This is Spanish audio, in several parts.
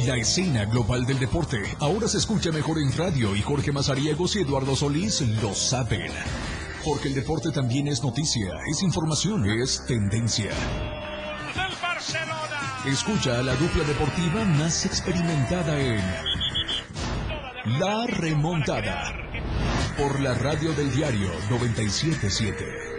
La escena global del deporte ahora se escucha mejor en radio y Jorge Mazariegos y Eduardo Solís lo saben. Porque el deporte también es noticia, es información, es tendencia. ¡Del Barcelona! Escucha a la dupla deportiva más experimentada en La Remontada. Por la radio del diario 97.7.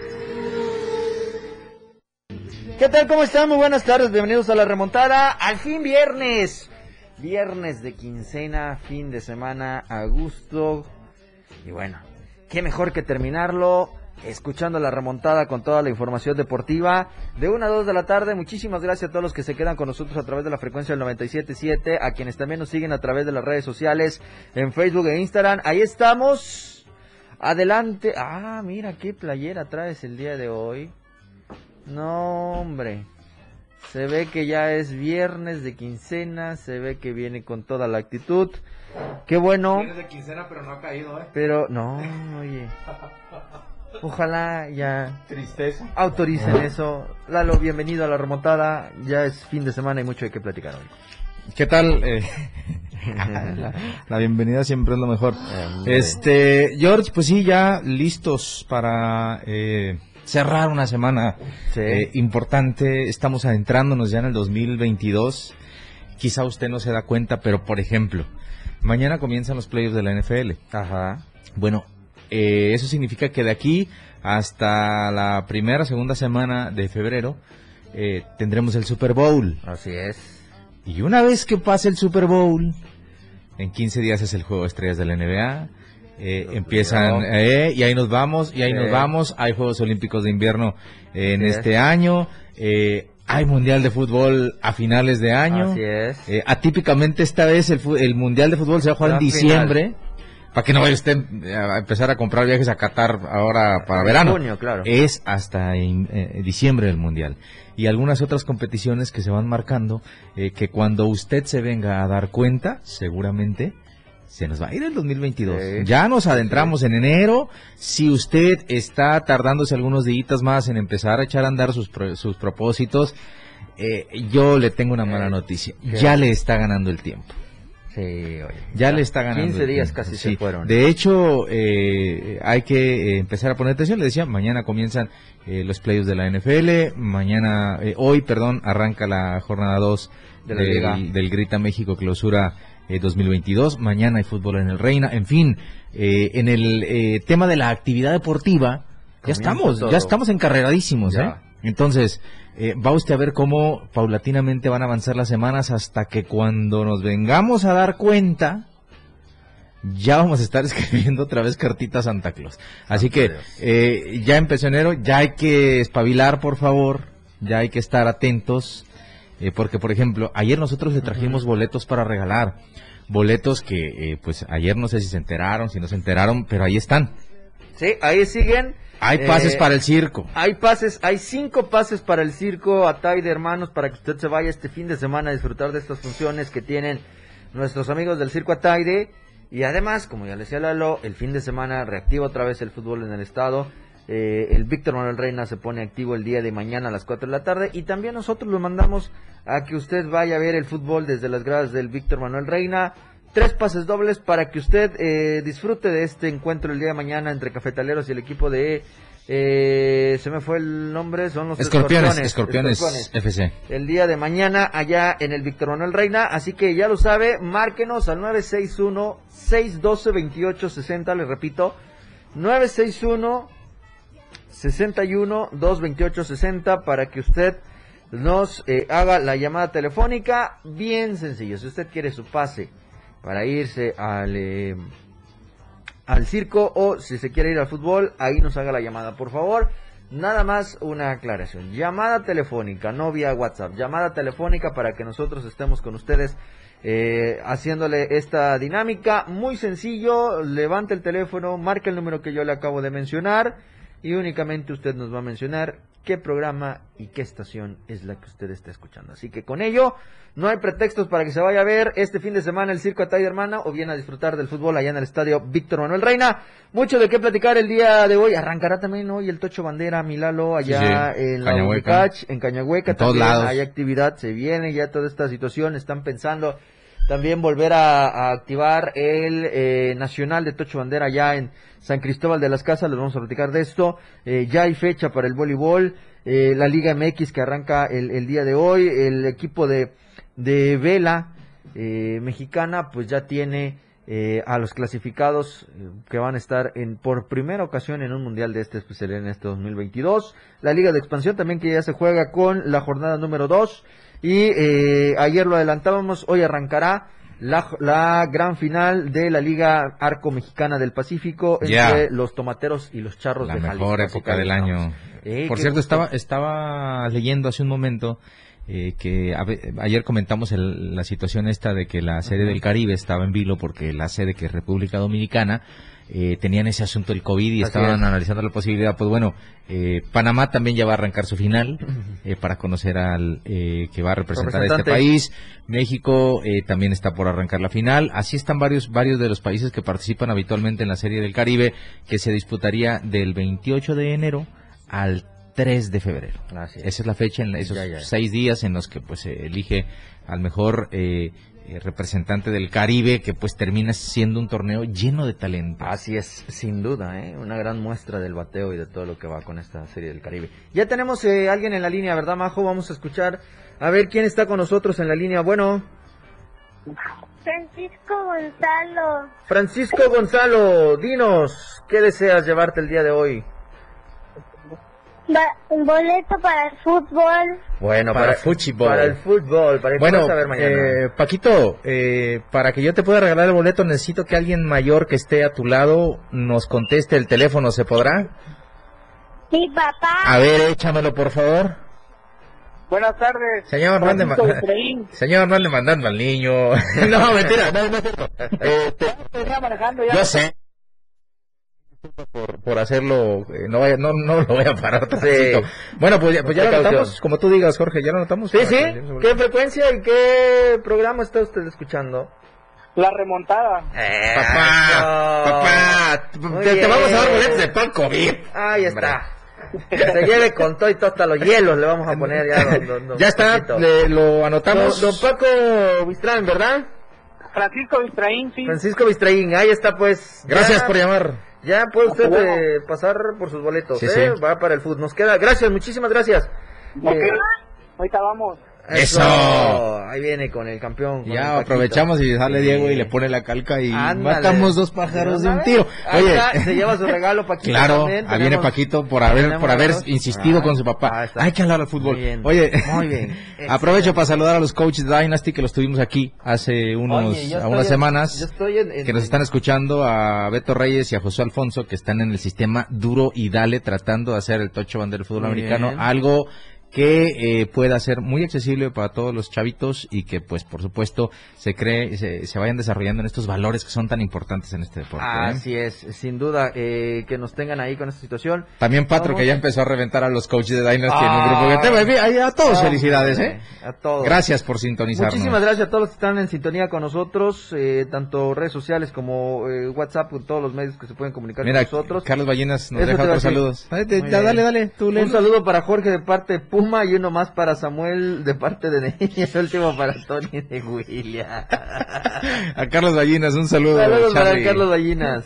¿Qué tal? ¿Cómo están? Muy buenas tardes, bienvenidos a La Remontada. Al fin viernes de quincena, fin de semana a gusto. Y bueno, qué mejor que terminarlo escuchando La Remontada con toda la información deportiva de 1 a 2 de la tarde. Muchísimas gracias a todos los que se quedan con nosotros a través de la frecuencia del 97.7, a quienes también nos siguen a través de las redes sociales en Facebook e Instagram. Ahí estamos. Adelante. Ah, mira qué playera traes el día de hoy. No, hombre. Se ve que ya es viernes de quincena, se ve que viene con toda la actitud. Qué bueno. Viernes de quincena, pero no ha caído, Pero, no, oye. Ojalá ya Tristeza. autoricen eso. Lalo, bienvenido a La Remontada. Ya es fin de semana y mucho hay que platicar hoy. ¿Qué tal? La bienvenida siempre es lo mejor. George, pues sí, ya listos para cerrar una semana importante. Estamos adentrándonos ya en el 2022. Quizá usted no se da cuenta, pero por ejemplo, mañana comienzan los playoffs de la NFL. Ajá. Bueno, eso significa que de aquí hasta la segunda semana de febrero tendremos el Super Bowl. Así es. Y una vez que pase el Super Bowl, en 15 días es el Juego de Estrellas de la NBA. Empiezan, y ahí nos vamos, Hay Juegos Olímpicos de Invierno en este año. Hay Mundial de Fútbol a finales de año. Así es. Atípicamente esta vez el Mundial de Fútbol se va a jugar en diciembre. Para que no vaya usted a empezar a comprar viajes a Qatar ahora para verano. Junio, claro. Es hasta diciembre el Mundial. Y algunas otras competiciones que se van marcando, que cuando usted se venga a dar cuenta, seguramente se nos va a ir el 2022. Sí. Ya nos adentramos en enero. Si usted está tardándose algunos días más en empezar a echar a andar sus propósitos, yo le tengo una mala noticia. Ya le está ganando el tiempo. Sí, oye. Ya le está ganando. 15 días casi se fueron. De hecho, hay que empezar a poner atención. Le decía, mañana comienzan los playoffs de la NFL. Hoy, arranca la jornada 2 del Grita México Clausura 2022. Mañana hay fútbol en el Reina. En fin, en el tema de la actividad deportiva, ya estamos encarreradísimos, Entonces, va usted a ver cómo paulatinamente van a avanzar las semanas hasta que cuando nos vengamos a dar cuenta, ya vamos a estar escribiendo otra vez cartita a Santa Claus. Así que ya empezó enero, ya hay que espabilar, por favor, ya hay que estar atentos, porque, por ejemplo, ayer nosotros le trajimos boletos para regalar, boletos que, pues, ayer no sé si se enteraron, si no se enteraron, pero ahí están. Sí, ahí siguen. Hay pases para el circo. Hay 5 pases para el circo Ataide, hermanos, para que usted se vaya este fin de semana a disfrutar de estas funciones que tienen nuestros amigos del circo Ataide. Y además, como ya le decía Lalo, el fin de semana reactiva otra vez el fútbol en el estado. El Víctor Manuel Reina se pone activo el día de mañana a las 4 de la tarde. Y también nosotros lo mandamos a que usted vaya a ver el fútbol desde las gradas del Víctor Manuel Reina. 3 pases dobles para que usted disfrute de este encuentro el día de mañana entre Cafetaleros y el equipo de... se me fue el nombre, son los Escorpiones FC. El día de mañana allá en el Víctor Manuel Reina, así que ya lo sabe, márquenos al 961-612-2860, le repito, 961-61-228-60 para que usted nos haga la llamada telefónica, bien sencillo. Si usted quiere su pase para irse al circo o si se quiere ir al fútbol, ahí nos haga la llamada, por favor. Nada más una aclaración, llamada telefónica, no vía WhatsApp, llamada telefónica para que nosotros estemos con ustedes haciéndole esta dinámica. Muy sencillo, levante el teléfono, marque el número que yo le acabo de mencionar y únicamente usted nos va a mencionar qué programa y qué estación es la que usted está escuchando. Así que con ello, no hay pretextos para que se vaya a ver este fin de semana el Circo Ataide, hermana, o bien a disfrutar del fútbol allá en el estadio Víctor Manuel Reina. Mucho de qué platicar el día de hoy. Arrancará también hoy el Tocho Bandera, Milalo, allá en la Unicach, en Cañahueca. En todos lados. Hay actividad, se viene ya toda esta situación, están pensando también volver a activar el Nacional de Tocho Bandera ya en San Cristóbal de las Casas. Les vamos a platicar de esto. Ya hay fecha para el voleibol, la Liga MX que arranca el día de hoy. El equipo de vela mexicana pues ya tiene a los clasificados que van a estar por primera ocasión en un mundial de esta especialidad en este 2022. La Liga de Expansión también, que ya se juega con la jornada número 2. Y ayer lo adelantábamos, hoy arrancará la gran final de la Liga Arco Mexicana del Pacífico entre los Tomateros y los Charros de Jalisco. La mejor época del año. Por cierto, estaba leyendo hace un momento que ayer comentamos la situación esta de que la sede del Caribe estaba en vilo porque la sede, que es República Dominicana, tenían ese asunto del COVID y estaban analizando la posibilidad. Pues bueno, Panamá también ya va a arrancar su final para conocer al que va a representar a este país. México también está por arrancar la final. Así están varios de los países que participan habitualmente en la Serie del Caribe, que se disputaría del 28 de enero al 3 de febrero. Esa es la fecha, en esos 6 días en los que pues se elige al mejor representante del Caribe, que pues termina siendo un torneo lleno de talento. Así es, sin duda, una gran muestra del bateo y de todo lo que va con esta Serie del Caribe. Ya tenemos alguien en la línea, ¿verdad, Majo? Vamos a escuchar a ver quién está con nosotros en la línea. Bueno, Francisco Gonzalo, dinos, ¿qué deseas llevarte el día de hoy? Un boleto para el fútbol. Bueno, para el fútbol, para bueno, a ver mañana. Paquito, para que yo te pueda regalar el boleto, necesito que alguien mayor que esté a tu lado nos conteste el teléfono. ¿Se podrá? Mi papá. A ver, échamelo, por favor. Buenas tardes. Señor, no ande mandando al niño. No, mentira, no es cierto. Yo sé. Por hacerlo, no lo voy a parar. Sí. Bueno, pues ya lo notamos, como tú digas, Jorge, ya lo notamos. Sí. ¿Qué frecuencia y qué programa está usted escuchando? La remontada. Papá, te vamos a dar boletos de pan COVID. Ahí está. Se lleve con todo y todo, hasta los hielos le vamos a poner ya. Ya está, lo anotamos. Don Paco Bistraín, ¿verdad? Francisco Bistraín, sí. Francisco Bistraín, ahí está pues. Gracias por llamar. Ya puede usted pasar por sus boletos, sí. Va para el fútbol. Nos queda, gracias, muchísimas gracias. Ahorita vamos. Eso. Ahí viene con el campeón. Con ya el aprovechamos y sale Diego y le pone la calca y matamos 2 pájaros de un tiro. Oye, se lleva su regalo Paquito. Claro, ahí viene Paquito por haber insistido con su papá. Hay que hablar al fútbol. Oye, muy bien. Aprovecho para saludar a los coaches de Dynasty que los tuvimos aquí hace unas semanas, que nos están escuchando, a Beto Reyes y a José Alfonso, que están en el sistema duro y dale, tratando de hacer el Tocho Bandera del fútbol americano, algo que pueda ser muy accesible para todos los chavitos y que pues por supuesto se vayan desarrollando en estos valores que son tan importantes en este deporte. Así es, sin duda, que nos tengan ahí con esta situación. También Patro, que ya empezó a reventar a los coaches de Dynasty en un grupo que a todos felicidades, a todos. Gracias por sintonizarnos. Muchísimas gracias a todos los que están en sintonía con nosotros, tanto redes sociales como WhatsApp, todos los medios que se pueden comunicar con nosotros. Carlos Ballenas nos deja otros saludos. Dale, tú un saludo para Jorge de parte de Puma y uno más para Samuel de parte de Niña, el último para Tony de William. A Carlos Ballinas, un saludo. Saludos para Carlos Ballinas.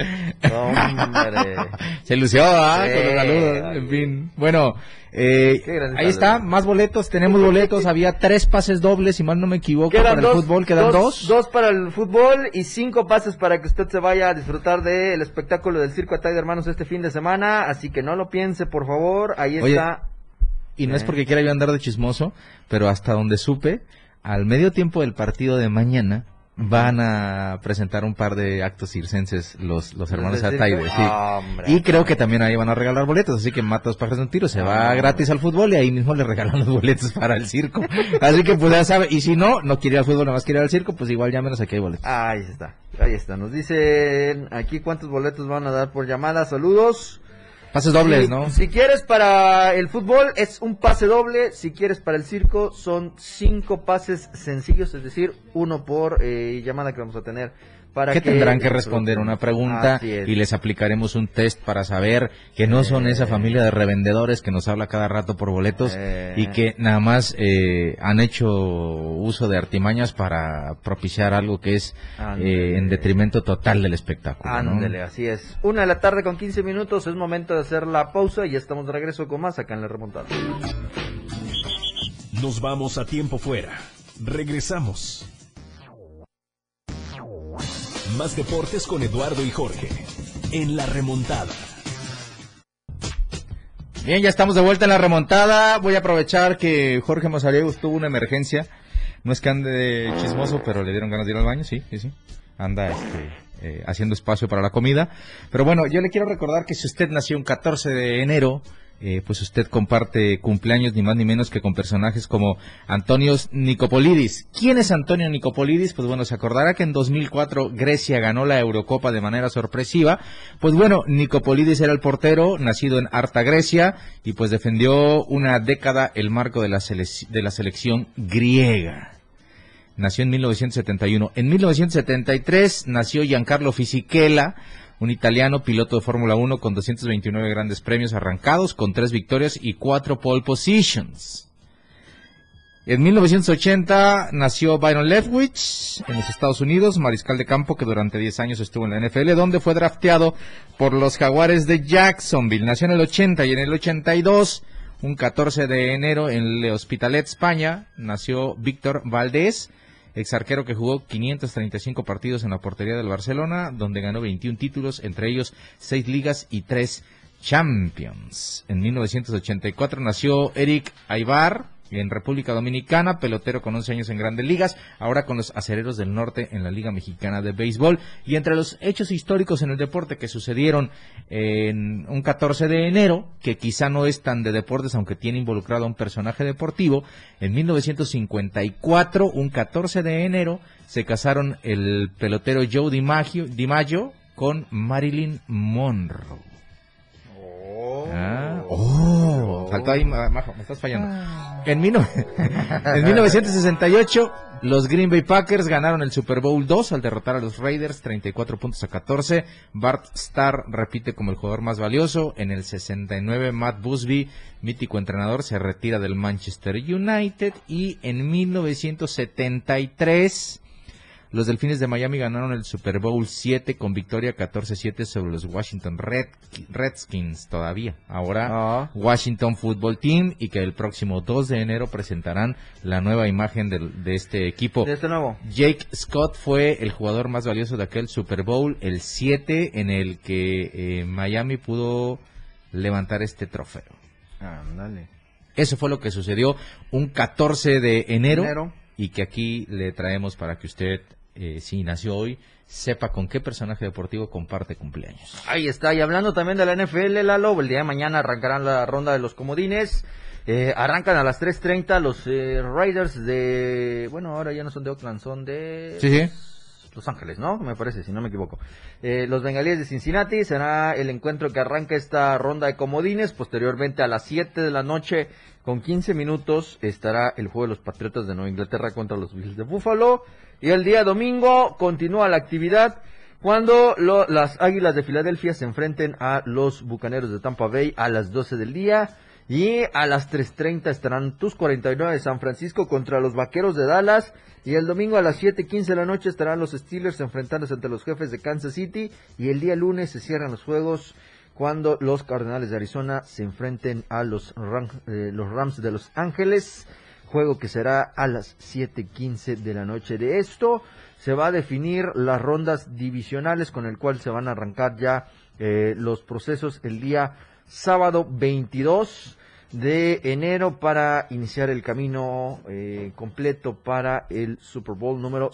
Hombre. Se lució, con los saludos, en fin. Bueno, ahí está, más boletos, tenemos boletos, había 3 pases dobles, si mal no me equivoco, para el fútbol, quedan 2. 2 para el fútbol y 5 pases para que usted se vaya a disfrutar del espectáculo del Circo Atay de Hermanos este fin de semana, así que no lo piense, por favor, ahí está. Y no es porque quiera yo andar de chismoso, pero hasta donde supe, al medio tiempo del partido de mañana van a presentar un par de actos circenses los hermanos Ataide, sí. Y creo que también ahí van a regalar boletos, así que mata 2 pájaros de un tiro, se va gratis al fútbol y ahí mismo le regalan los boletos para el circo. Así que pues ya sabe, y si no quiere ir al fútbol, nada más quiere ir al circo, pues igual llámenos, aquí hay boletos. Ahí está. Nos dicen aquí cuántos boletos van a dar por llamada, saludos. Pases dobles, ¿no? Si quieres para el fútbol es un pase doble, si quieres para el circo son 5 pases sencillos, es decir, 1 por llamada que vamos a tener para que tendrán que responder una pregunta y les aplicaremos un test para saber que no son esa familia de revendedores que nos habla cada rato por boletos y que nada más han hecho uso de artimañas para propiciar algo que es en detrimento total del espectáculo. Ándele, ¿no? Así es. 1:15 p.m, es momento de hacer la pausa y ya estamos de regreso con más acá en La Remontada. Nos vamos a tiempo fuera. Regresamos. Más deportes con Eduardo y Jorge en La Remontada. Bien, ya estamos de vuelta en La Remontada. Voy a aprovechar que Jorge Mazariegos tuvo una emergencia. No es que ande chismoso, pero le dieron ganas de ir al baño, sí. Anda haciendo espacio para la comida. Pero bueno, yo le quiero recordar que si usted nació un 14 de enero... pues usted comparte cumpleaños ni más ni menos que con personajes como Antonio Nicopolidis. ¿Quién es Antonio Nicopolidis? Pues bueno, se acordará que en 2004 Grecia ganó la Eurocopa de manera sorpresiva. Pues bueno, Nicopolidis era el portero, nacido en Arta, Grecia, y pues defendió una década el marco de la selección griega. Nació en 1971. En 1973 nació Giancarlo Fisichella, un italiano piloto de Fórmula 1 con 229 grandes premios arrancados, con 3 victorias y 4 pole positions. En 1980 nació Byron Leftwich en los Estados Unidos, mariscal de campo que durante 10 años estuvo en la NFL, donde fue drafteado por los Jaguares de Jacksonville. Nació en el 80 y en el 82, un 14 de enero en Le Hospitalet, España, nació Víctor Valdés, ex arquero que jugó 535 partidos en la portería del Barcelona, donde ganó 21 títulos, entre ellos 6 ligas y 3 Champions. En 1984 nació Eric Aybar en República Dominicana, pelotero con 11 años en Grandes Ligas, ahora con los Acereros del Norte en la Liga Mexicana de Béisbol. Y entre los hechos históricos en el deporte que sucedieron en un 14 de enero, que quizá no es tan de deportes, aunque tiene involucrado a un personaje deportivo, en 1954, un 14 de enero, se casaron el pelotero Joe DiMaggio con Marilyn Monroe. Faltó ahí, Majo, me estás fallando. En 1968, los Green Bay Packers ganaron el Super Bowl 2 al derrotar a los Raiders 34-14. Bart Starr repite como el jugador más valioso. En el 69, Matt Busby, mítico entrenador, se retira del Manchester United. Y en 1973... los Delfines de Miami ganaron el Super Bowl 7 con victoria 14-7 sobre los Washington Redskins todavía. Ahora Washington Football Team, y que el próximo 2 de enero presentarán la nueva imagen de este equipo. De este nuevo. Jake Scott fue el jugador más valioso de aquel Super Bowl, el 7, en el que Miami pudo levantar este trofeo. Ándale. Eso fue lo que sucedió un 14 de enero. Y que aquí le traemos para que usted, si nació hoy, sepa con qué personaje deportivo comparte cumpleaños. Ahí está, y hablando también de la NFL, Lalo, el día de mañana arrancarán la ronda de los comodines. Arrancan a las 3:30 los Raiders de... bueno, ahora ya no son de Oakland, son de... Sí. Los Ángeles, ¿no? Me parece, si no me equivoco. Los Bengalíes de Cincinnati será el encuentro que arranca esta ronda de comodines. Posteriormente, a las 7 de la noche, con 15 minutos, estará el juego de los Patriotas de Nueva Inglaterra contra los Bills de Buffalo. Y el día domingo continúa la actividad cuando las Águilas de Filadelfia se enfrenten a los Bucaneros de Tampa Bay a las 12 del día. Y a las 3:30 estarán tus 49 de San Francisco contra los Vaqueros de Dallas. Y el domingo a las 7:15 de la noche estarán los Steelers enfrentándose ante los Jefes de Kansas City. Y el día lunes se cierran los juegos cuando los Cardenales de Arizona se enfrenten a los Rams de Los Ángeles. Juego que será a las 7:15 de la noche. De esto se va a definir las rondas divisionales, con el cual se van a arrancar ya los procesos el día sábado 22 de enero para iniciar el camino completo para el Super Bowl número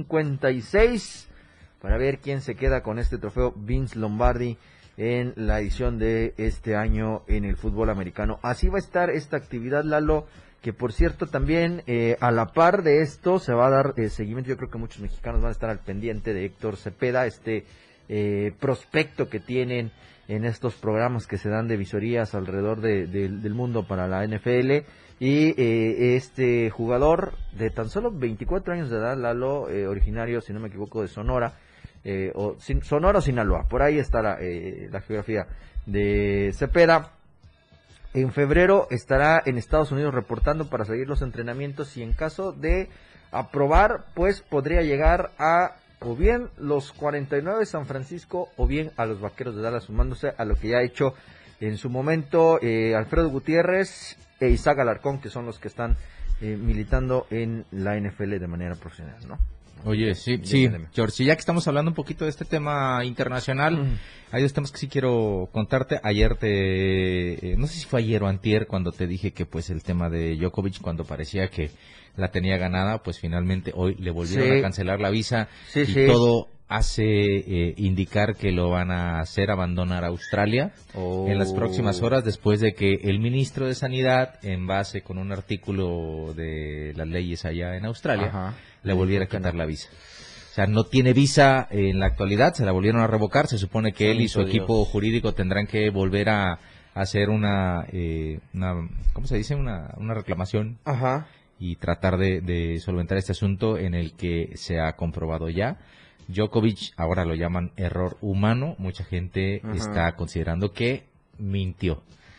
56, para ver quién se queda con este trofeo Vince Lombardi en la edición de este año en el fútbol americano. Así va a estar esta actividad, Lalo, que por cierto también a la par de esto se va a dar seguimiento. Yo creo que muchos mexicanos van a estar al pendiente de Héctor Cepeda, este prospecto que tienen en estos programas que se dan de visorías alrededor del mundo para la NFL. Y este jugador de tan solo 24 años de edad, Lalo, originario, si no me equivoco, de Sonora, Sonora o Sinaloa. Por ahí está la geografía de Cepeda. En febrero estará en Estados Unidos reportando para seguir los entrenamientos y en caso de aprobar, pues podría llegar a o bien los 49 de San Francisco o bien a los Vaqueros de Dallas, sumándose a lo que ya ha hecho en su momento Alfredo Gutiérrez e Isaac Alarcón, que son los que están militando en la NFL de manera profesional, ¿no? Oye, sí, George, ya que estamos hablando un poquito de este tema internacional, hay dos temas que sí quiero contarte. Ayer no sé si fue ayer o antier cuando te dije que pues el tema de Djokovic, cuando parecía que la tenía ganada, pues finalmente hoy le volvieron a cancelar la visa todo hace indicar que lo van a hacer abandonar Australia en las próximas horas, después de que el ministro de Sanidad, en base con un artículo de las leyes allá en Australia, le volviera a quitar la visa. O sea, no tiene visa en la actualidad, se la volvieron a revocar. Se supone que él y su equipo jurídico tendrán que volver a hacer una ¿cómo se dice? Una reclamación y tratar de solventar este asunto en el que se ha comprobado ya. Djokovic, ahora lo llaman error humano, mucha gente está considerando que mintió.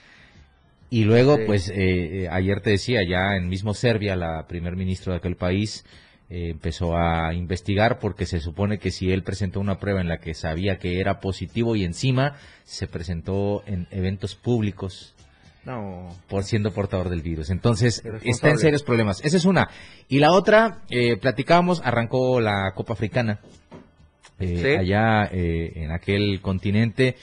Y luego, pues, ayer te decía, ya en mismo Serbia, la primer ministro de aquel país empezó a investigar porque se supone que si él presentó una prueba en la que sabía que era positivo y encima se presentó en eventos públicos por siendo portador del virus. Entonces, está en serios problemas. Esa es una. Y la otra, platicábamos, arrancó la Copa Africana. Allá en aquel continente,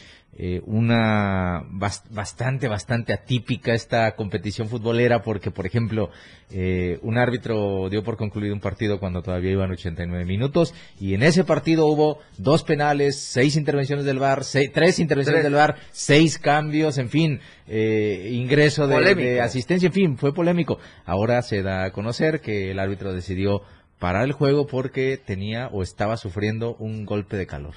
una bastante atípica esta competición futbolera, porque por ejemplo un árbitro dio por concluido un partido cuando todavía iban 89 minutos y en ese partido hubo 2 penales, 6 intervenciones del VAR, 3 intervenciones del VAR, 6 cambios, en fin, ingreso de asistencia, en fin, fue polémico. Ahora se da a conocer que el árbitro decidió parar el juego porque tenía o estaba sufriendo un golpe de calor.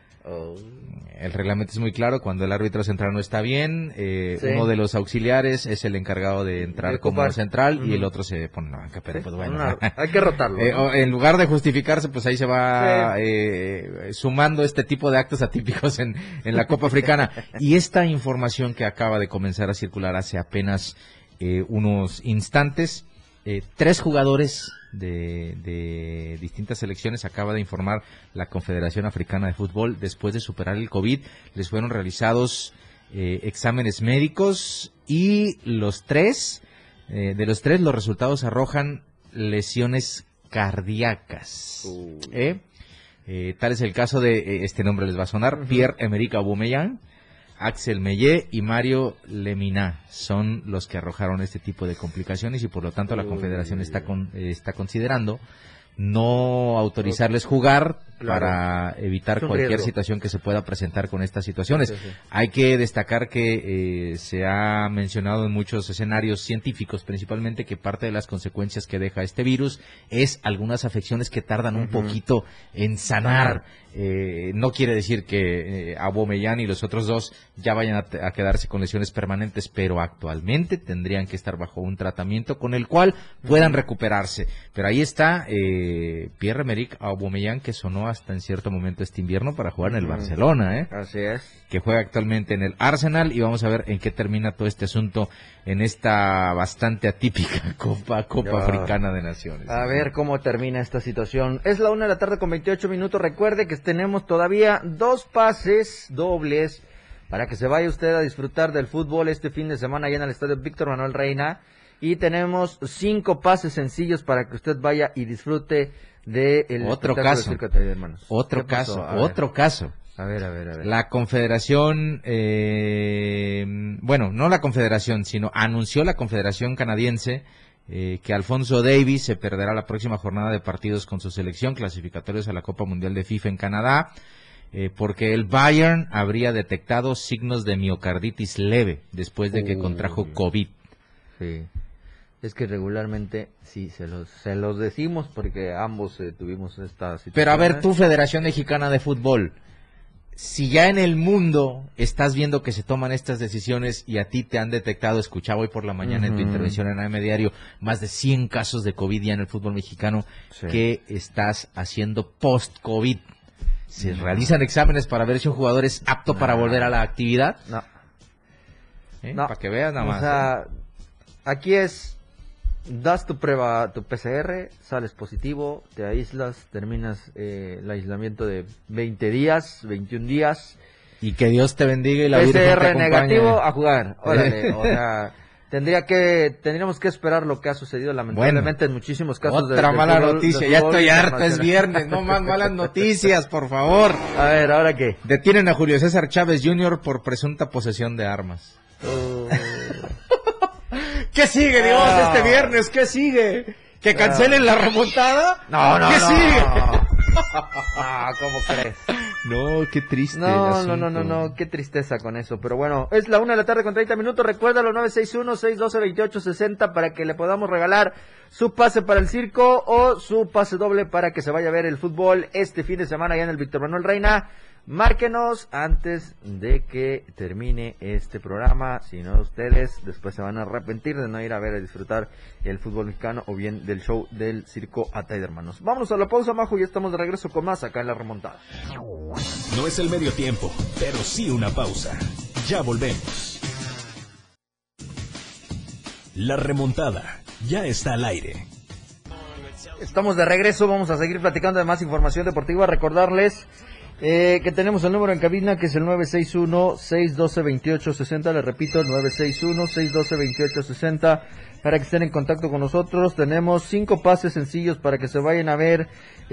El reglamento es muy claro, cuando el árbitro central no está bien, uno de los auxiliares es el encargado de entrar como central y el otro se pone en la banca, pero pues bueno, hay que rotarlo, en lugar de justificarse, pues ahí se va sumando este tipo de actos atípicos en la Copa Africana. Y esta información que acaba de comenzar a circular hace apenas unos instantes, 3 jugadores de distintas selecciones, acaba de informar la Confederación Africana de Fútbol, después de superar el COVID, les fueron realizados exámenes médicos y de los tres los resultados arrojan lesiones cardíacas. Tal es el caso de, este nombre les va a sonar, Pierre-Emerick Aubameyang, Axel Mellé y Mario Lemina son los que arrojaron este tipo de complicaciones y por lo tanto la Confederación está considerando no autorizarles jugar para evitar cualquier situación que se pueda presentar con estas situaciones. Hay que destacar que se ha mencionado en muchos escenarios científicos principalmente que parte de las consecuencias que deja este virus es algunas afecciones que tardan un poquito en sanar. No quiere decir que Aubameyang y los otros 2 ya vayan a quedarse con lesiones permanentes, pero actualmente tendrían que estar bajo un tratamiento con el cual puedan recuperarse. Pero ahí está Pierre-Emerick Aubameyang, que sonó hasta en cierto momento este invierno para jugar en el Barcelona, Así es. Que juega actualmente en el Arsenal, y vamos a ver en qué termina todo este asunto en esta bastante atípica Copa Africana de Naciones. A ver cómo termina esta situación. Es la 1:28 p.m. Recuerde que tenemos todavía 2 pases dobles para que se vaya usted a disfrutar del fútbol este fin de semana allá en el Estadio Víctor Manuel Reina. Y tenemos 5 pases sencillos para que usted vaya y disfrute de el otro caso. Otro caso. A ver. La Confederación, bueno, no la Confederación, sino anunció la Confederación Canadiense que Alfonso Davies se perderá la próxima jornada de partidos con su selección clasificatorios a la Copa Mundial de FIFA en Canadá, porque el Bayern habría detectado signos de miocarditis leve después de que contrajo COVID. Sí. Es que regularmente sí se los decimos porque ambos tuvimos esta situación. Pero a ver, tú, Federación Mexicana de Fútbol, si ya en el mundo estás viendo que se toman estas decisiones y a ti te han detectado, escuchaba hoy por la mañana en tu intervención en AM Diario, más de 100 casos de COVID ya en el fútbol mexicano, ¿qué estás haciendo post-COVID? ¿Se realizan exámenes para ver si un jugador es apto para volver a la actividad? No. No. Para que veas nada más. O sea, aquí das tu prueba, tu PCR, sales positivo, te aíslas, terminas el aislamiento de 20 días, 21 días. Y que Dios te bendiga y la Virgen te PCR acompañe. negativo, a jugar. Órale, o sea... Tendríamos que esperar lo que ha sucedido lamentablemente en muchísimos casos. Otra mala noticia, ya estoy harto, es viernes, no más malas noticias, por favor. A ver, ¿ahora qué? Detienen a Julio César Chávez Jr. por presunta posesión de armas. ¿Qué sigue, Dios, este viernes? ¿Qué sigue? ¿Que cancelen la remontada? No. ¿Qué sigue? ¿Cómo crees? No, qué triste. No, qué tristeza con eso. Pero bueno, es la 1:30 p.m. Recuérdalo, 961-612-2860 para que le podamos regalar su pase para el circo o su pase doble para que se vaya a ver el fútbol este fin de semana allá en el Víctor Manuel Reina. Márquenos antes de que termine este programa, si no ustedes después se van a arrepentir de no ir a ver a disfrutar el fútbol mexicano o bien del show del circo Atay de Hermanos. Vámonos a la pausa, Majo, y estamos de regreso con más acá en La Remontada. No es el medio tiempo, pero sí una pausa. Ya volvemos. La Remontada ya está al aire. Estamos de regreso, vamos a seguir platicando de más información deportiva. Recordarles que tenemos el número en cabina, que es el 961-612-2860, le repito, el 961-612-2860, para que estén en contacto con nosotros. Tenemos 5 pases sencillos para que se vayan a ver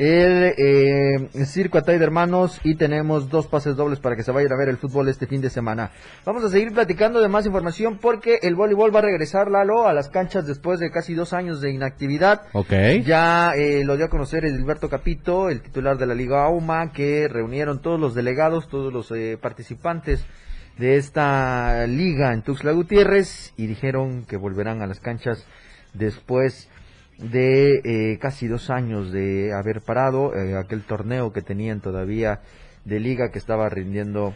el Circo Atay de Hermanos, y tenemos 2 pases dobles para que se vayan a ver el fútbol este fin de semana. Vamos a seguir platicando de más información porque el voleibol va a regresar, Lalo, a las canchas después de casi 2 años de inactividad. Okay. Ya lo dio a conocer Edilberto Capito, el titular de la Liga AUMA, que reunieron todos los delegados, todos los participantes de esta liga en Tuxtla Gutiérrez, y dijeron que volverán a las canchas después de casi 2 años de haber parado aquel torneo que tenían todavía de liga, que estaba rindiendo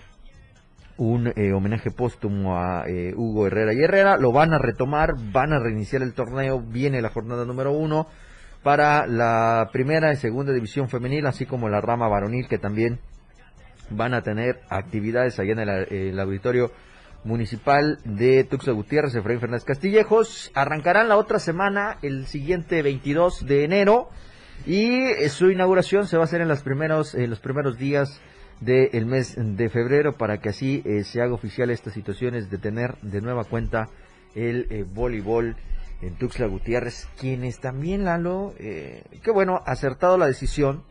un homenaje póstumo a Hugo Herrera y Herrera. Lo van a retomar, van a reiniciar el torneo, viene la jornada número 1 para la primera y segunda división femenil, así como la rama varonil, que también van a tener actividades allá en el auditorio municipal de Tuxtla Gutiérrez, Efraín Fernández Castillejos. Arrancarán la otra semana, el siguiente 22 de enero, y su inauguración se va a hacer en los primeros días del mes de febrero, para que así se haga oficial estas situaciones de tener de nueva cuenta el voleibol en Tuxtla Gutiérrez, quienes también, Lalo, que bueno, acertado la decisión.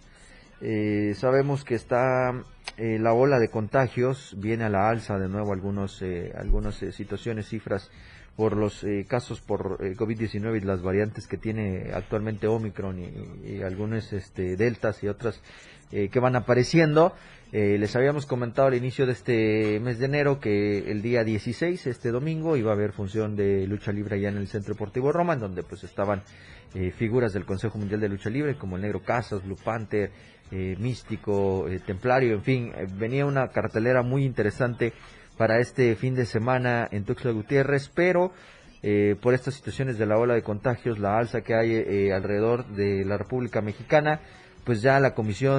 Sabemos que está la ola de contagios, viene a la alza de nuevo algunas situaciones, cifras por los casos por COVID-19 y las variantes que tiene actualmente Omicron y algunos deltas y otras que van apareciendo. Les habíamos comentado al inicio de este mes de enero que el día 16, este domingo, iba a haber función de lucha libre allá en el Centro Deportivo Roma, en donde pues estaban figuras del Consejo Mundial de Lucha Libre como el Negro Casas, Blue Panther, Místico, Templario, en fin, venía una cartelera muy interesante para este fin de semana en Tuxtla Gutiérrez, pero por estas situaciones de la ola de contagios, la alza que hay alrededor de la República Mexicana, pues ya el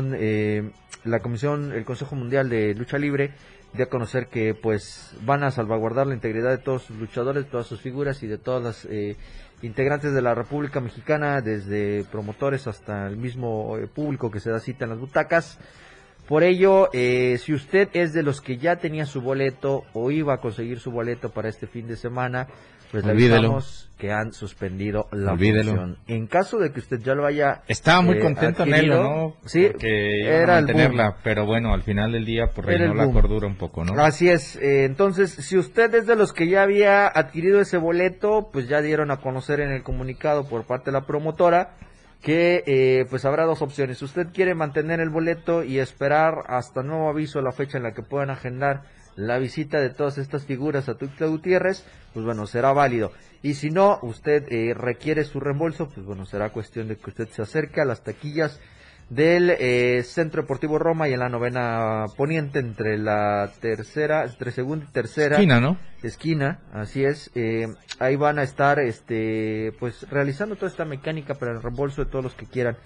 Consejo Mundial de Lucha Libre dio a conocer que pues van a salvaguardar la integridad de todos sus luchadores, todas sus figuras y de todas las integrantes de la República Mexicana, desde promotores hasta el mismo público que se da cita en las butacas. Por ello, si usted es de los que ya tenía su boleto o iba a conseguir su boleto para este fin de semana, pues le avisamos que han suspendido la función. En caso de que usted ya lo haya estaba muy contento adquirido, ¿no? Sí, porque era a mantenerla, pero bueno, al final del día pues reinó la cordura un poco, ¿no? Así es. Entonces, si usted es de los que ya había adquirido ese boleto, pues ya dieron a conocer en el comunicado por parte de la promotora que pues habrá 2 opciones. Si usted quiere mantener el boleto y esperar hasta nuevo aviso la fecha en la que puedan agendar la visita de todas estas figuras a Tuxtla Gutiérrez, pues bueno, será válido. Y si no, usted requiere su reembolso, pues bueno, será cuestión de que usted se acerque a las taquillas del Centro Deportivo Roma y en la novena poniente, entre segunda y tercera esquina, ¿no? Esquina, así es. Ahí van a estar pues realizando toda esta mecánica para el reembolso de todos los que quieran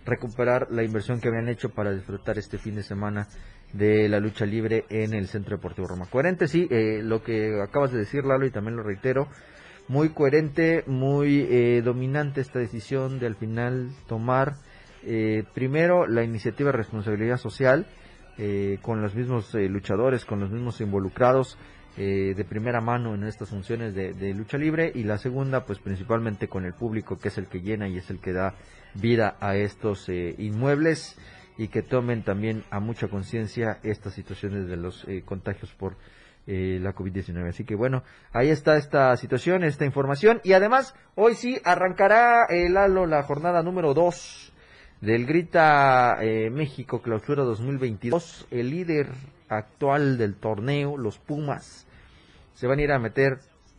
recuperar la inversión que habían hecho para disfrutar este fin de semana de la lucha libre en el Centro Deportivo Roma. Coherente, sí, lo que acabas de decir, Lalo, y también lo reitero, muy coherente, muy dominante esta decisión de al final tomar primero la iniciativa de responsabilidad social con los mismos luchadores, con los mismos involucrados de primera mano en estas funciones de lucha libre, y la segunda pues principalmente con el público, que es el que llena y es el que da vida a estos inmuebles, y que tomen también a mucha conciencia estas situaciones de los contagios por la COVID-19. Así que bueno, ahí está esta situación, esta información, y además hoy sí arrancará Lalo la jornada número 2 del Grita México Clausura 2022. El líder actual del torneo, los Pumas, se van a ir a meter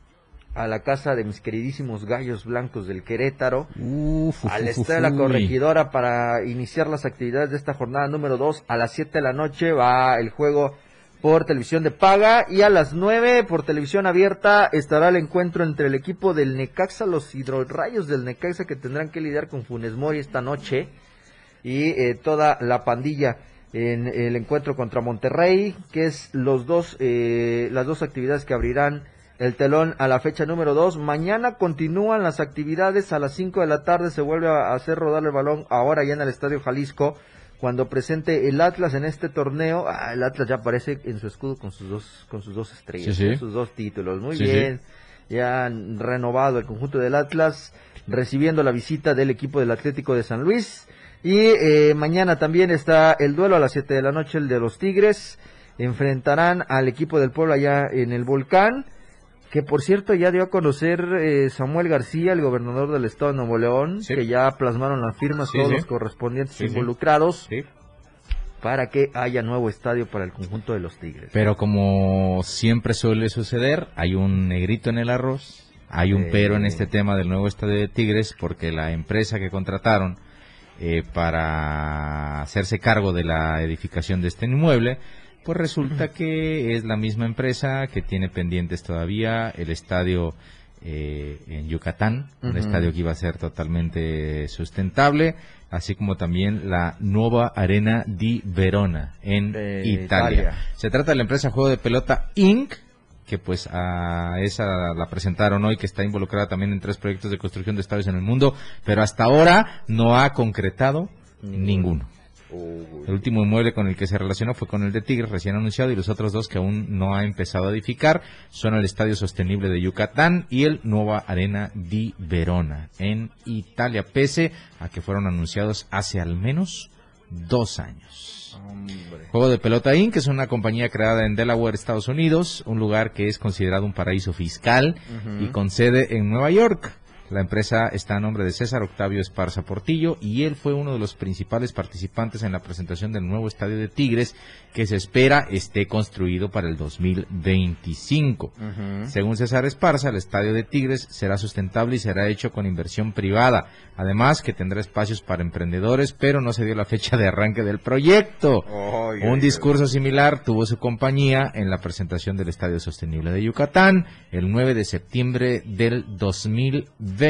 a la casa de mis queridísimos Gallos Blancos del Querétaro, al estadio de la Corregidora, para iniciar las actividades de esta jornada número 2. A las 7 de la noche va el juego por televisión de paga, y a las 9 por televisión abierta estará el encuentro entre el equipo del Necaxa, los Hidrorrayos del Necaxa, que tendrán que lidiar con Funes Mori esta noche, y toda la pandilla en el encuentro contra Monterrey, que es las dos actividades que abrirán el telón a la fecha número 2. Mañana continúan las actividades. A las 5 de la tarde se vuelve a hacer rodar el balón, ahora ya en el Estadio Jalisco, cuando presente el Atlas en este torneo. El Atlas ya aparece en su escudo con sus dos estrellas, sí, sí. sus 2 títulos. Muy sí, bien, sí. Ya han renovado el conjunto del Atlas, recibiendo la visita del equipo del Atlético de San Luis. Y mañana también está el duelo a las 7 de la noche, el de los Tigres. Enfrentarán al equipo del Puebla allá en el Volcán, que por cierto ya dio a conocer Samuel García, el gobernador del estado de Nuevo León, sí, que ya plasmaron las firmas todos los correspondientes involucrados para que haya nuevo estadio para el conjunto de los Tigres. Pero como siempre suele suceder, hay un negrito en el arroz, hay un pero en este tema del nuevo estadio de Tigres, porque la empresa que contrataron para hacerse cargo de la edificación de este inmueble, pues resulta que es la misma empresa que tiene pendientes todavía el estadio en Yucatán, un estadio que iba a ser totalmente sustentable, así como también la nueva Arena di Verona en Italia. Se trata de la empresa Juego de Pelota Inc., que pues a esa la presentaron hoy, que está involucrada también en 3 proyectos de construcción de estadios en el mundo, pero hasta ahora no ha concretado ninguno. El último inmueble con el que se relacionó fue con el de Tigres, recién anunciado, y los otros 2 que aún no ha empezado a edificar son el Estadio Sostenible de Yucatán y el Nueva Arena di Verona en Italia, pese a que fueron anunciados hace al menos 2 años. Juego de Pelota Inc., que es una compañía creada en Delaware, Estados Unidos, un lugar que es considerado un paraíso fiscal y con sede en Nueva York. La empresa está a nombre de César Octavio Esparza Portillo, y él fue uno de los principales participantes en la presentación del nuevo estadio de Tigres, que se espera esté construido para el 2025. Según César Esparza, el estadio de Tigres será sustentable y será hecho con inversión privada, además que tendrá espacios para emprendedores, pero no se dio la fecha de arranque del proyecto. Un discurso similar tuvo su compañía en la presentación del Estadio Sostenible de Yucatán el 9 de septiembre del 2020.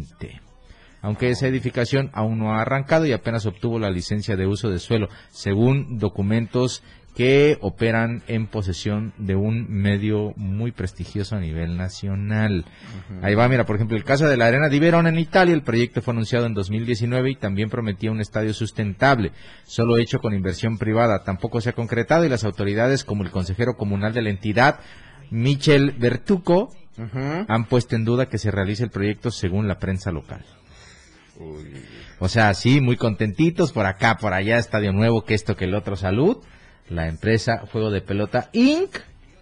Aunque esa edificación aún no ha arrancado y apenas obtuvo la licencia de uso de suelo, según documentos que operan en posesión de un medio muy prestigioso a nivel nacional. Ahí va, mira, por ejemplo, el caso de la Arena di Verona en Italia. El proyecto fue anunciado en 2019 y también prometía un estadio sustentable, solo hecho con inversión privada. Tampoco se ha concretado, y las autoridades, como el consejero comunal de la entidad, Michel Bertucco, han puesto en duda que se realice el proyecto, según la prensa local. O sea, sí, muy contentitos, por acá, por allá, estadio nuevo, que esto, que el otro, salud. La empresa Juego de Pelota Inc.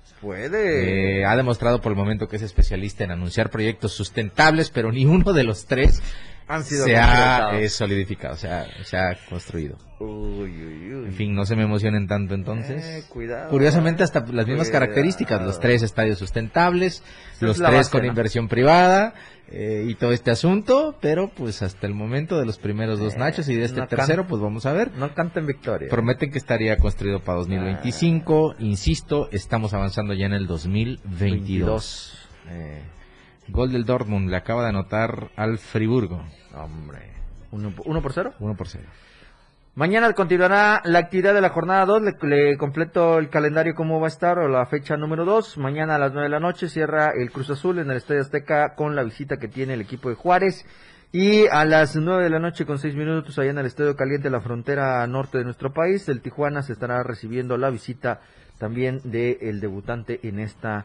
ha demostrado por el momento que es especialista en anunciar proyectos sustentables, pero ni uno de los 3 se ha solidificado, se ha construido. En fin, no se me emocionen tanto entonces. Cuidado. Curiosamente, hasta las mismas características, los 3 estadios sustentables, los 3 con inversión privada, y todo este asunto, pero pues hasta el momento de los primeros 2 nachos y de este tercero, pues vamos a ver. No canten victoria. Prometen que estaría construido para 2025, insisto, estamos avanzando ya en el 2022. Gol del Dortmund, le acaba de anotar al Friburgo. Hombre. ¿1 por 0? 1-0. Mañana continuará la actividad de la jornada 2, le completo el calendario cómo va a estar, o la fecha número 2. Mañana a las 9 de la noche cierra el Cruz Azul en el Estadio Azteca con la visita que tiene el equipo de Juárez. Y a las 9 de la noche con 6 minutos allá en el Estadio Caliente, la frontera norte de nuestro país, el Tijuana se estará recibiendo la visita también del debutante en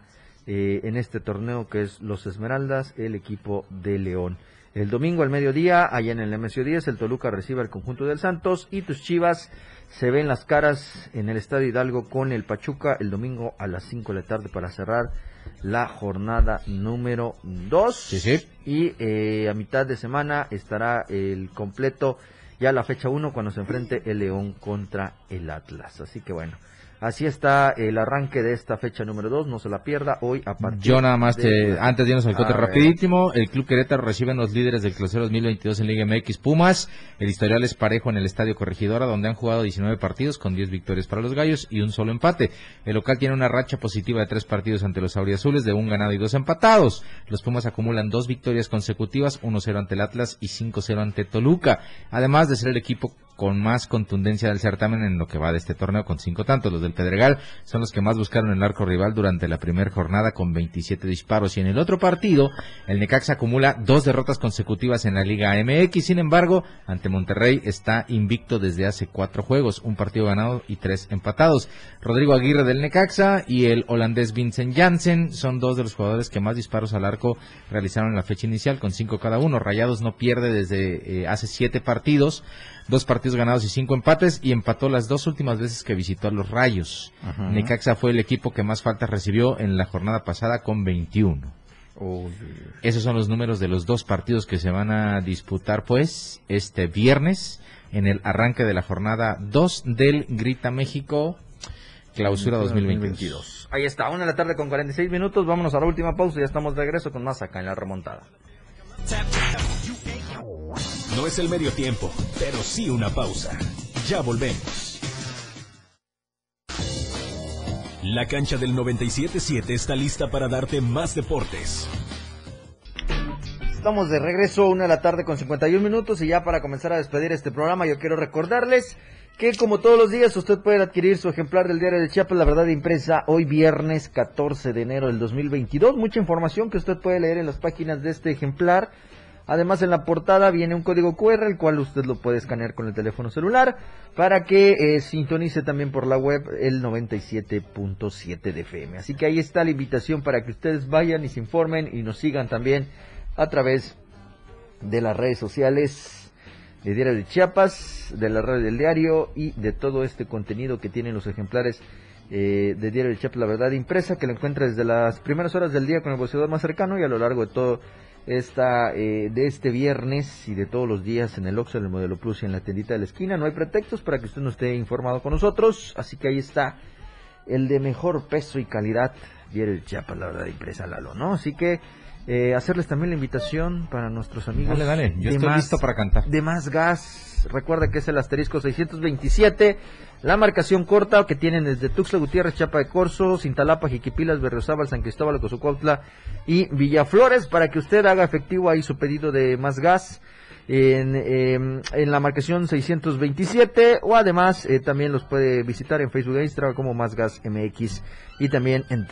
este torneo, que es los Esmeraldas, el equipo de León. El domingo al mediodía, allá en el Nemesio 10, el Toluca recibe al conjunto del Santos y tus Chivas se ven las caras en el Estadio Hidalgo con el Pachuca el domingo a las 5 de la tarde para cerrar la jornada número 2. Sí. Y a mitad de semana estará el completo ya la fecha 1 cuando se enfrente el León contra el Atlas. Así que bueno, así está el arranque de esta fecha número 2, no se la pierda hoy a partir Yo nada más, antes de irnos al cote rapidísimo, el Club Querétaro recibe a los líderes del Clausura 2022 en Liga MX Pumas. El historial es parejo en el Estadio Corregidora, donde han jugado 19 partidos con 10 victorias para los Gallos y un solo empate. El local tiene una racha positiva de 3 partidos ante los auriazules, de 1 ganado y 2 empatados. Los Pumas acumulan 2 victorias consecutivas, 1-0 ante el Atlas y 5-0 ante Toluca, además de ser el equipo con más contundencia del certamen en lo que va de este torneo, con 5 tantos. Los del Pedregal son los que más buscaron el arco rival durante la primera jornada con 27 disparos. Y en el otro partido, el Necaxa acumula 2 derrotas consecutivas en la Liga MX. Sin embargo, ante Monterrey está invicto desde hace 4 juegos, 1 partido ganado y 3 empatados. Rodrigo Aguirre del Necaxa y el holandés Vincent Janssen son 2 de los jugadores que más disparos al arco realizaron en la fecha inicial, con 5 cada uno. Rayados no pierde desde hace 7 partidos, 2 partidos ganados y 5 empates, y empató las 2 últimas veces que visitó a los Rayos. Ajá. Necaxa fue el equipo que más faltas recibió en la jornada pasada con 21. Esos son los números de los 2 partidos que se van a disputar pues este viernes en el arranque de la jornada 2 del Grita México Clausura 2022. Ahí está, 1 de la tarde con 46 minutos, vámonos a la última pausa y ya estamos de regreso con más acá en La Remontada. No es el medio tiempo, pero sí una pausa. Ya volvemos. La cancha del 97.7 está lista para darte más deportes. Estamos de regreso, 1 de la tarde con 51 minutos, y ya para comenzar a despedir este programa yo quiero recordarles que como todos los días usted puede adquirir su ejemplar del diario de Chiapas, La Verdad Impresa, hoy viernes 14 de enero del 2022. Mucha información que usted puede leer en las páginas de este ejemplar. Además, en la portada viene un código QR, el cual usted lo puede escanear con el teléfono celular para que sintonice también por la web el 97.7 de FM. Así que ahí está la invitación para que ustedes vayan y se informen y nos sigan también a través de las redes sociales de Diario de Chiapas, de la radio del diario y de todo este contenido que tienen los ejemplares de Diario de Chiapas, La Verdad Impresa, que lo encuentra desde las primeras horas del día con el boceador más cercano y a lo largo de todo de este viernes y de todos los días en el Oxxo, en el Modelo Plus y en la tiendita de la esquina. No hay pretextos para que usted no esté informado con nosotros, así que ahí está el de mejor peso y calidad, Diario de Chiapas, La Verdad Impresa, Lalo, ¿no? Así que hacerles también la invitación para nuestros amigos. Dale, yo estoy listo para cantar. De Más Gas, recuerda que es el asterisco 627, la marcación corta que tienen desde Tuxtla Gutiérrez, Chiapa de Corzo, Cintalapa, Jiquipilas, Berriozábal, San Cristóbal, Cozocuautla y Villaflores, para que usted haga efectivo ahí su pedido de Más Gas en la marcación 627, o además también los puede visitar en Facebook e Instagram como Más Gas MX y también en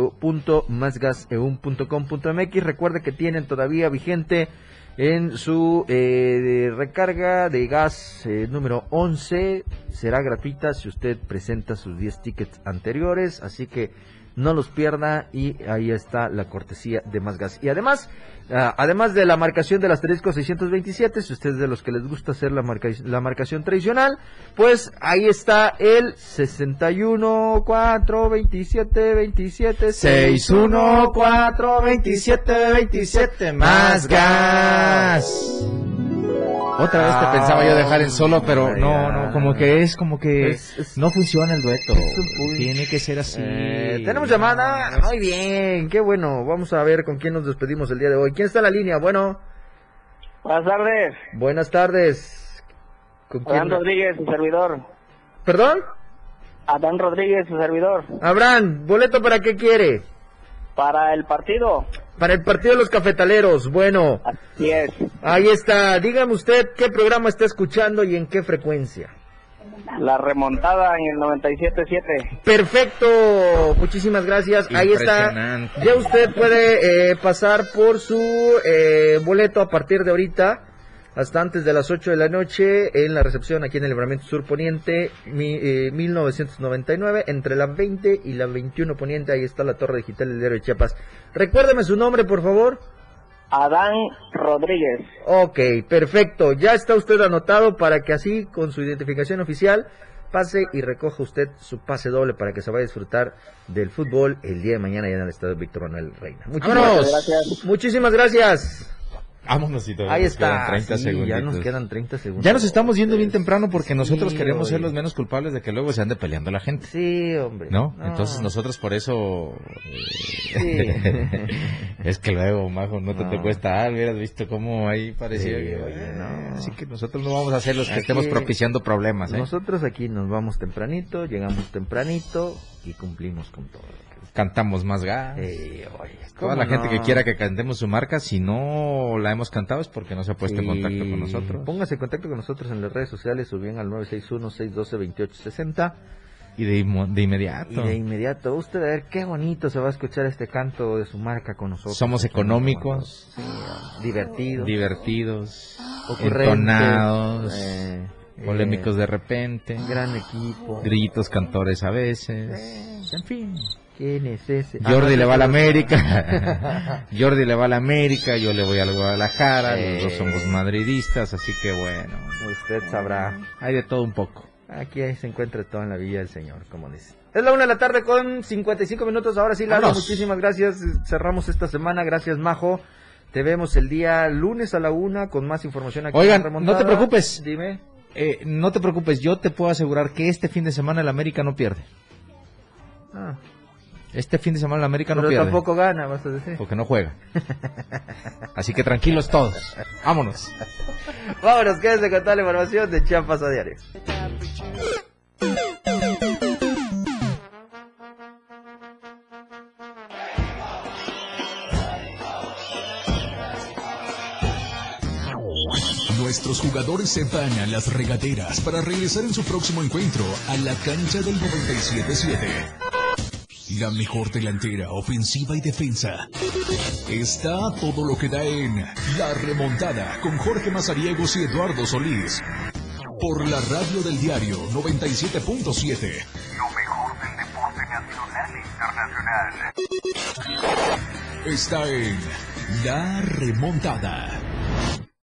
www.masgaseun.com.mx. Recuerde que tienen todavía vigente en su recarga de gas número 11, será gratuita si usted presenta sus 10 tickets anteriores, así que no los pierda y ahí está la cortesía de Más Gas. Y además de la marcación del asterisco 627, si usted es de los que les gusta hacer la marcación tradicional, pues ahí está el 61 4 27 27 61 4 27 27 Más Gas. Otra vez te pensaba yo dejar en solo, pero no, como que no funciona el dueto. Tiene que ser así. Tenemos llamada. Muy bien, qué bueno. Vamos a ver con quién nos despedimos el día de hoy. ¿Quién está en la línea? Bueno. Buenas tardes. Buenas tardes. ¿Con quién? Adán Rodríguez, su servidor. ¿Perdón? Adán Rodríguez, su servidor. Abraham, ¿boleto para qué quiere? Para el partido. Para el partido de los cafetaleros, bueno. Así es. Ahí está, dígame usted qué programa está escuchando y en qué frecuencia. La remontada en el 97.7. Perfecto, muchísimas gracias. Ahí está. Ya usted puede pasar por su boleto a partir de ahorita, hasta antes de las 8 de la noche, en la recepción aquí en el Libramiento Sur Poniente, 1999, entre la 20 y la 21 Poniente. Ahí está la Torre Digital del Diario de Chiapas. Recuérdeme su nombre, por favor. Adán Rodríguez. Ok, perfecto. Ya está usted anotado para que así, con su identificación oficial, pase y recoja usted su pase doble para que se vaya a disfrutar del fútbol el día de mañana allá en el estadio Víctor Manuel Reina. Muchísimas gracias. Vámonos, y ahí está. 30 segundos. Ya nos quedan 30 segundos. Ya nos estamos yendo bien temprano porque nosotros queremos ser los menos culpables de que luego se ande peleando la gente. Sí, hombre. ¿No? Entonces nosotros por eso... Sí. Es que luego, Majo, no te cuesta, hubieras visto cómo ahí parecía. Sí, oye, no. Así que nosotros no vamos a ser los que estemos propiciando problemas. Nosotros aquí nos vamos tempranito, llegamos tempranito y cumplimos con todo. Cantamos más gas. Toda la gente que quiera que cantemos su marca, si no la hemos cantado es porque no se ha puesto en contacto con nosotros. Póngase en contacto con nosotros en las redes sociales o bien al 961-612-2860. Y de inmediato. Y de inmediato. Usted a ver qué bonito se va a escuchar este canto de su marca con nosotros. Somos económicos. Divertidos. Entonados. Polémicos de repente. Gran equipo. Grillitos cantores a veces. En fin. ¿Quién es ese? Jordi le va a la América. Jordi le va a la América, yo le voy al Guadalajara, los dos somos madridistas, así que bueno. Usted sabrá. Hay de todo un poco. Aquí se encuentra todo en la Villa del Señor, como dice. Es la 1:00 p.m. con 55 minutos. Ahora sí, Lalo, muchísimas gracias. Cerramos esta semana. Gracias, Majo. Te vemos el día lunes a la 1 con más información aquí. Oigan, no te preocupes. Dime. No te preocupes, yo te puedo asegurar que este fin de semana el América no pierde. Este fin de semana el América no pierde. Pero tampoco gana, vas a decir. Porque no juega. Así que tranquilos todos. Vámonos. Vámonos, quédense con toda la información de Chiapas a diario. Nuestros jugadores se van a las regaderas para regresar en su próximo encuentro a la cancha del 97.7. La mejor delantera, ofensiva y defensa. Está todo lo que da en La Remontada con Jorge Mazariegos y Eduardo Solís. Por la radio del diario 97.7. Lo mejor del deporte nacional e internacional. Está en La Remontada.